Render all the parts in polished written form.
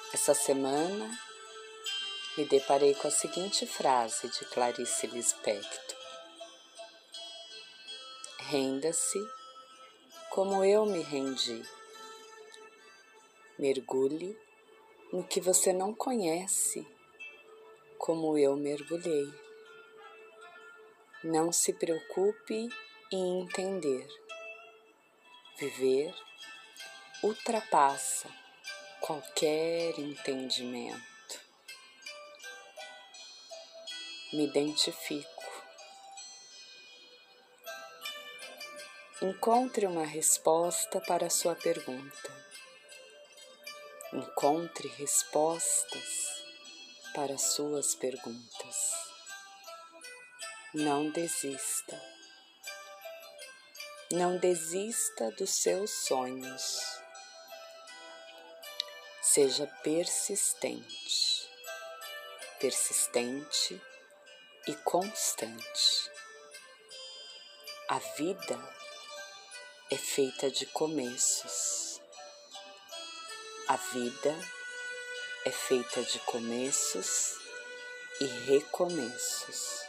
Essa semana me deparei com a seguinte frase de Clarice Lispector: renda-se como eu me rendi. Mergulhe no que você não conhece, como eu mergulhei. Não se preocupe em entender. Viver ultrapassa qualquer entendimento. Me identifico. Encontre uma resposta para a sua pergunta. Encontre respostas para as suas perguntas. Não desista. Não desista dos seus sonhos. Seja persistente. Persistente e constante. A vida é feita de começos. A vida é feita de começos e recomeços.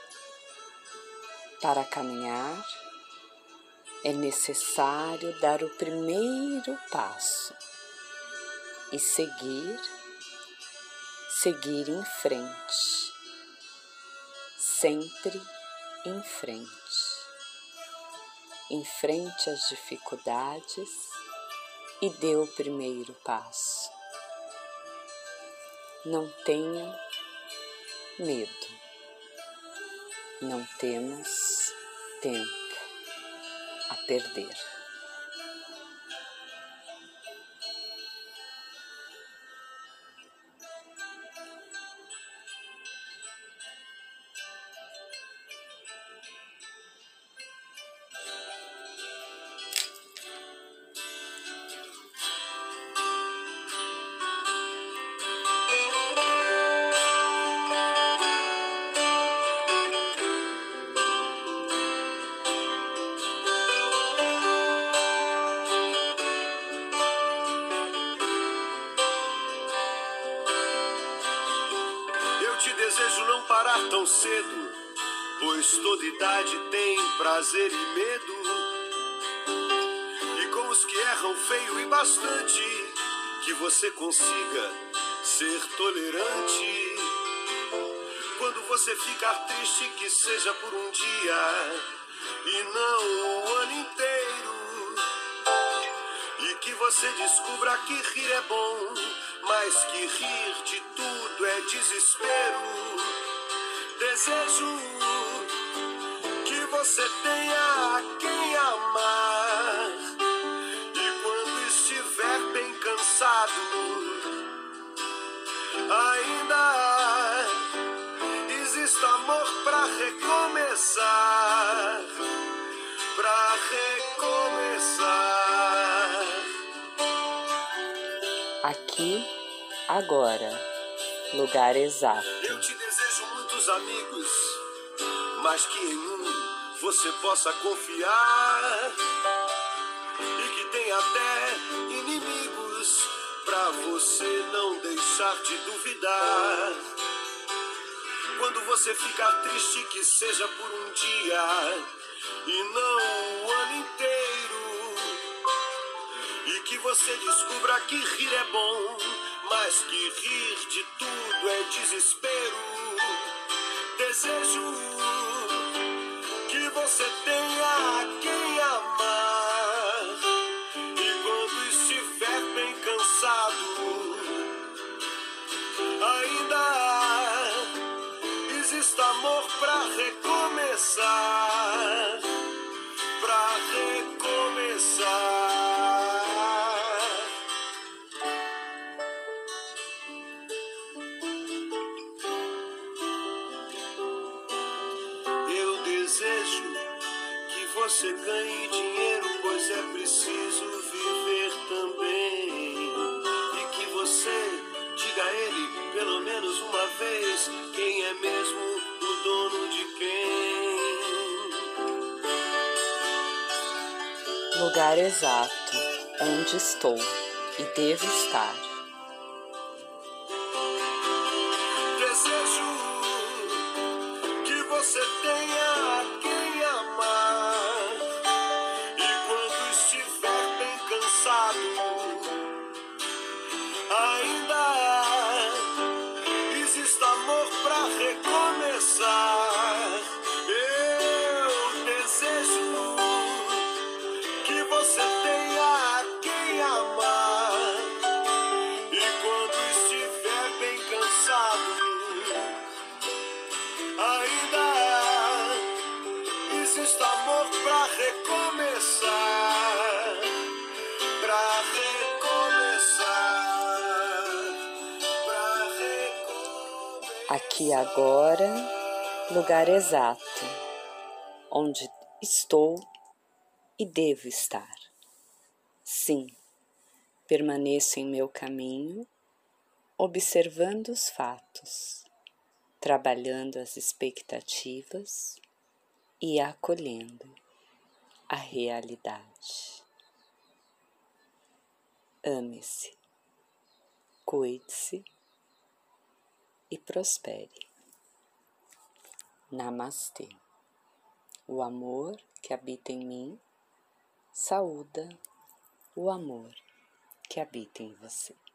Para caminhar, é necessário dar o primeiro passo e seguir em frente, sempre em frente. Enfrente as dificuldades e dê o primeiro passo. Não tenha medo. Não temos tempo a perder. Desejo não parar tão cedo, pois toda idade tem prazer e medo. E com os que erram feio e bastante, que você consiga ser tolerante. Quando você ficar triste, que seja por um dia e não o ano inteiro. E que você descubra que rir é bom, mas que rir de tudo é desespero. Desejo que você tenha a quem amar. E quando estiver bem cansado, ainda existe amor pra recomeçar. Pra recomeçar. Aqui, agora, lugar exato. Eu te desejo muitos amigos, mas que em um você possa confiar. E que tenha até inimigos, pra você não deixar de duvidar. Quando você ficar triste, que seja por um dia e não o ano inteiro. E que você descubra que rir é bom, mas que rir de tudo é desespero. Desejo que você tenha a quem amar. E quando estiver bem cansado, ainda existe amor pra recomeçar. Pra recomeçar. Eu desejo que você ganhe dinheiro, pois é preciso viver também. E que você diga a ele, pelo menos uma vez, quem é mesmo o dono de quem. Lugar exato, onde estou e devo estar. Aqui agora, lugar exato, onde estou e devo estar. Sim, permaneço em meu caminho, observando os fatos, trabalhando as expectativas e acolhendo a realidade. Ame-se, cuide-se e prospere. Namastê. O amor que habita em mim saúda o amor que habita em você.